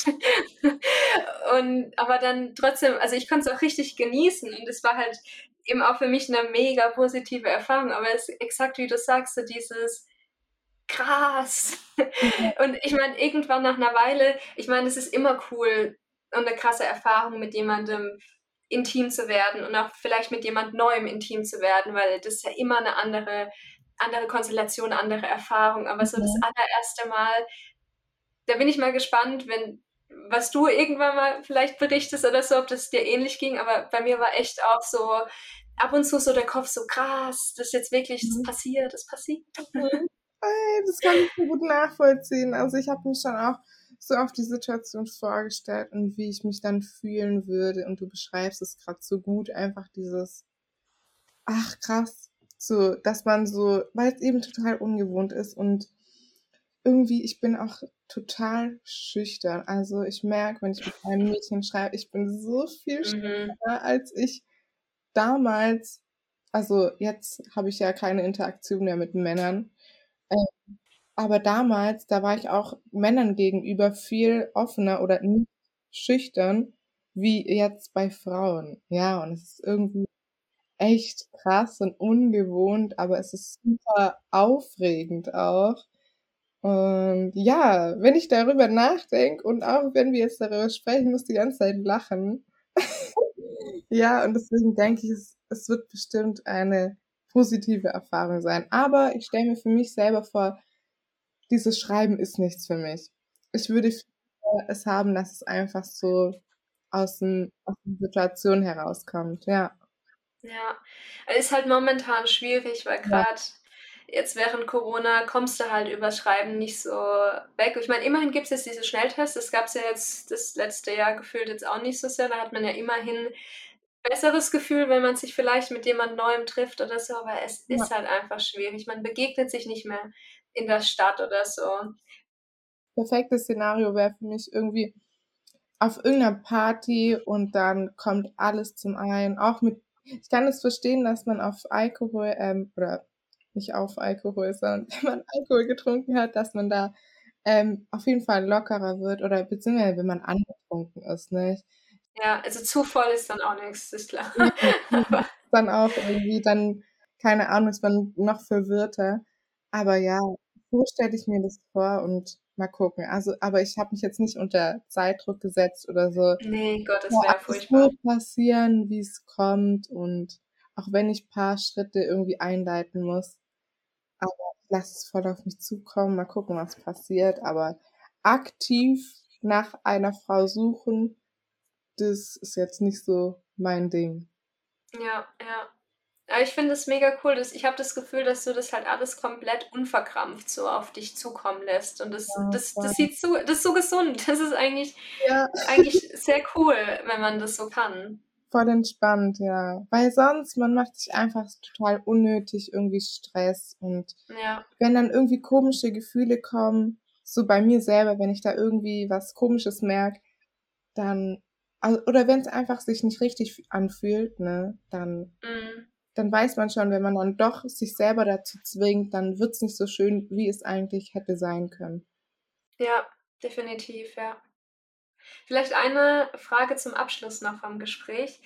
Und aber dann trotzdem, also ich konnte es auch richtig genießen und es war halt eben auch für mich eine mega positive Erfahrung. Aber es ist exakt wie du sagst, so dieses krass. Und ich meine, irgendwann nach einer Weile, ich meine, es ist immer cool und eine krasse Erfahrung, mit jemandem intim zu werden und auch vielleicht mit jemand Neuem intim zu werden, weil das ist ja immer eine andere Konstellation, andere Erfahrung. Aber so das Mhm. allererste Mal, da bin ich mal gespannt, was du irgendwann mal vielleicht berichtest oder so, ob das dir ähnlich ging. Aber bei mir war echt auch so, ab und zu so der Kopf so krass, das ist jetzt wirklich, das Mhm. passiert, das passiert. Mhm. Ey, das kann ich so gut nachvollziehen. Also ich habe mich schon auch so auf die Situation vorgestellt und wie ich mich dann fühlen würde. Und du beschreibst es gerade so gut, einfach dieses, ach krass, so, dass man so, weil es eben total ungewohnt ist und irgendwie, ich bin auch total schüchtern. Also ich merke, wenn ich mit einem Mädchen schreibe, ich bin so viel Mhm. schüchterner, als ich damals, also jetzt habe ich ja keine Interaktion mehr mit Männern, äh, aber damals, da war ich auch Männern gegenüber viel offener oder nicht schüchtern wie jetzt bei Frauen. Ja, und es ist irgendwie echt krass und ungewohnt, aber es ist super aufregend auch. Und ja, wenn ich darüber nachdenke und auch wenn wir jetzt darüber sprechen, muss die ganze Zeit lachen. Ja, und deswegen denke ich, es wird bestimmt eine positive Erfahrung sein. Aber ich stelle mir für mich selber vor, dieses Schreiben ist nichts für mich. Ich würde viel lieber es haben, dass es einfach so aus der Situation herauskommt. Ja, Ja, ist halt momentan schwierig, weil ja, gerade jetzt während Corona kommst du halt über Schreiben nicht so weg. Ich meine, immerhin gibt es jetzt diese Schnelltests. Das gab es ja jetzt das letzte Jahr gefühlt jetzt auch nicht so sehr. Da hat man ja immerhin besseres Gefühl, wenn man sich vielleicht mit jemand Neuem trifft oder so, aber es ja. ist halt einfach schwierig. Man begegnet sich nicht mehr in der Stadt oder so. Perfektes Szenario wäre für mich irgendwie auf irgendeiner Party und dann kommt alles zum einen. Auch mit, ich kann es verstehen, dass man auf Alkohol, oder nicht auf Alkohol, sondern wenn man Alkohol getrunken hat, dass man da auf jeden Fall lockerer wird oder beziehungsweise wenn man angetrunken ist, ne? Ja, also zu voll ist dann auch nichts, ist klar. Ja, Aber dann auch irgendwie dann, keine Ahnung, ist man noch verwirrter. Aber ja, so stelle ich mir das vor und mal gucken. Also, aber ich habe mich jetzt nicht unter Zeitdruck gesetzt oder so. nee, Gott, Ja, das wäre alles furchtbar. so passieren, wie es kommt und auch wenn ich paar Schritte irgendwie einleiten muss, aber ich lasse es voll auf mich zukommen, mal gucken, was passiert. Aber aktiv nach einer Frau suchen, das ist jetzt nicht so mein Ding. Ja, ja. Aber ich finde es mega cool, dass ich habe das Gefühl, dass du das halt alles komplett unverkrampft so auf dich zukommen lässt. Und Ja, das voll. sieht so, das ist so gesund. Das ist Ja. eigentlich sehr cool, wenn man das so kann. Voll entspannt, ja. Weil sonst, man macht sich einfach total unnötig irgendwie Stress und Ja, wenn dann irgendwie komische Gefühle kommen, so bei mir selber, wenn ich da irgendwie was Komisches merke, dann, oder wenn es einfach sich nicht richtig anfühlt, ne, mm, dann weiß man schon, wenn man dann doch sich selber dazu zwingt, dann wird's nicht so schön, wie es eigentlich hätte sein können. ja, definitiv, ja. Vielleicht eine Frage zum Abschluss noch vom Gespräch.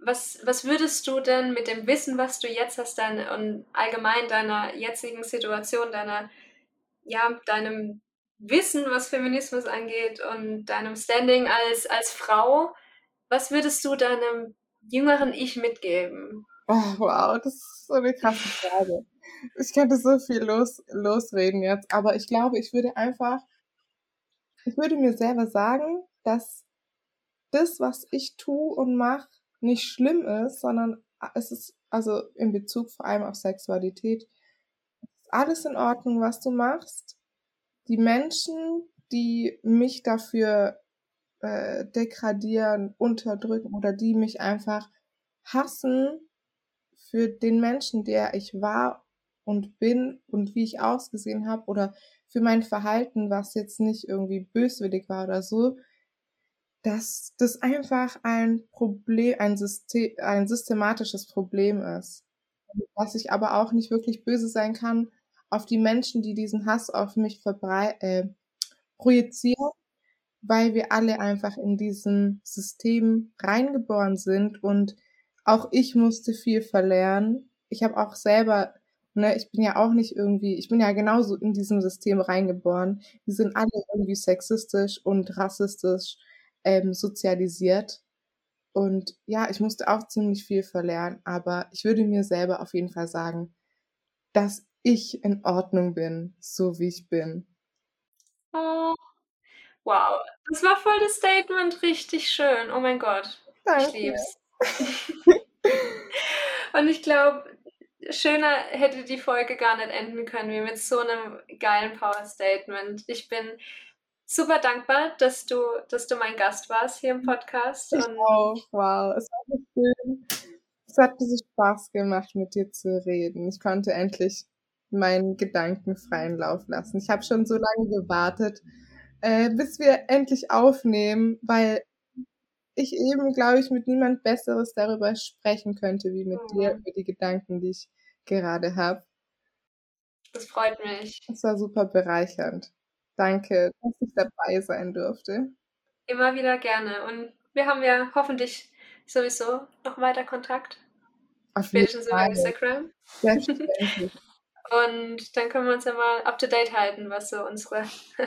Was würdest du denn mit dem Wissen, was du jetzt hast, und allgemein deiner jetzigen Situation, deinem Wissen, was Feminismus angeht und deinem Standing als Frau, was würdest du deinem jüngeren Ich mitgeben? Oh, wow, das ist so eine krasse Frage. Ich könnte so viel losreden jetzt, aber ich glaube, ich würde mir selber sagen, dass das, was ich tue und mache, nicht schlimm ist, sondern es ist, also in Bezug vor allem auf Sexualität, ist alles in Ordnung, was du machst. Die Menschen, die mich dafür degradieren, unterdrücken oder die mich einfach hassen für den Menschen, der ich war und bin und wie ich ausgesehen habe oder für mein Verhalten, was jetzt nicht irgendwie böswillig war oder so, dass das einfach ein Problem, ein systematisches Problem ist. Dass ich aber auch nicht wirklich böse sein kann auf die Menschen, die diesen Hass auf mich projizieren, weil wir alle einfach in diesem System reingeboren sind und auch ich musste viel verlernen. Ich habe auch selber, ne, ich bin ja auch nicht irgendwie, ich bin ja genauso in diesem System reingeboren. Wir sind alle irgendwie sexistisch und rassistisch sozialisiert. Und ja, ich musste auch ziemlich viel verlernen, aber ich würde mir selber auf jeden Fall sagen, dass ich in Ordnung bin, so wie ich bin. Oh, wow, das war voll das Statement, richtig schön. Oh mein Gott, ich Danke. lieb's. Und ich glaube, schöner hätte die Folge gar nicht enden können, wie mit so einem geilen Power-Statement. Ich bin super dankbar, dass du mein Gast warst hier im Podcast. Ich Und auch, wow, es war so schön. Es hat so Spaß gemacht, mit dir zu reden. Ich konnte endlich meinen Gedanken freien Lauf lassen. Ich habe schon so lange gewartet, bis wir endlich aufnehmen, weil ich eben, glaube ich, mit niemand Besseres darüber sprechen könnte, wie mit dir, über die Gedanken, die ich gerade habe. das freut mich. Es war super bereichernd. Danke, dass ich dabei sein durfte. Immer wieder gerne. Und wir haben ja hoffentlich sowieso noch weiter Kontakt. Auf jeden Spätestens über Fall, Instagram. selbstverständlich. Und dann können wir uns ja mal up to date halten, was so unsere,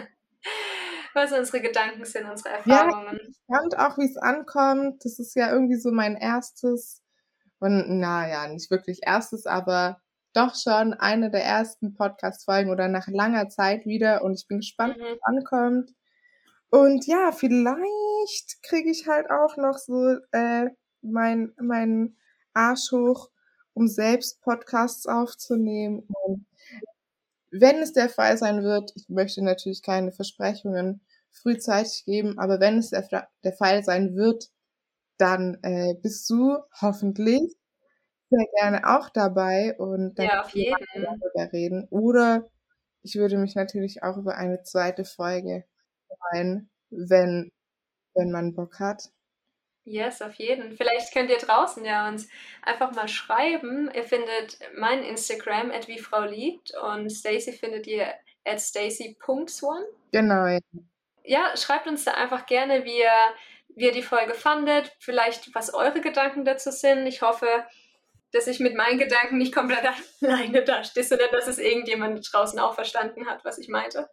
was unsere Gedanken sind, unsere Ja, Erfahrungen. ich fand auch, wie es ankommt. Das ist ja irgendwie so mein erstes, und naja, nicht wirklich erstes, aber doch schon eine der ersten Podcast-Folgen oder nach langer Zeit wieder. Und ich bin gespannt, wie Mhm. es ankommt. Und ja, vielleicht kriege ich halt auch noch so meinen Arsch hoch, um selbst Podcasts aufzunehmen. Und wenn es der Fall sein wird, ich möchte natürlich keine Versprechungen frühzeitig geben, aber wenn es der Fall sein wird, dann bist du hoffentlich sehr gerne auch dabei und dann Ja, können auf wir jeden. darüber reden. Oder ich würde mich natürlich auch über eine zweite Folge freuen, wenn man Bock hat. Yes, auf jeden. Vielleicht könnt ihr draußen ja uns einfach mal schreiben. Ihr findet mein Instagram wie Frau liebt und Stacy findet ihr @stacy.swan. Genau, ja. Ja, schreibt uns da einfach gerne, wie ihr die Folge fandet, vielleicht was eure Gedanken dazu sind. Ich hoffe, dass ich mit meinen Gedanken nicht komplett alleine dastehe, sondern dass es irgendjemand draußen auch verstanden hat, was ich meinte.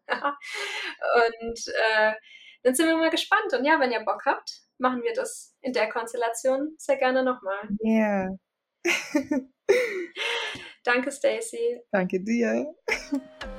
Und dann sind wir mal gespannt. Und ja, wenn ihr Bock habt, machen wir das in der Konstellation sehr gerne nochmal. Yeah. Danke, Stacy. Danke dir.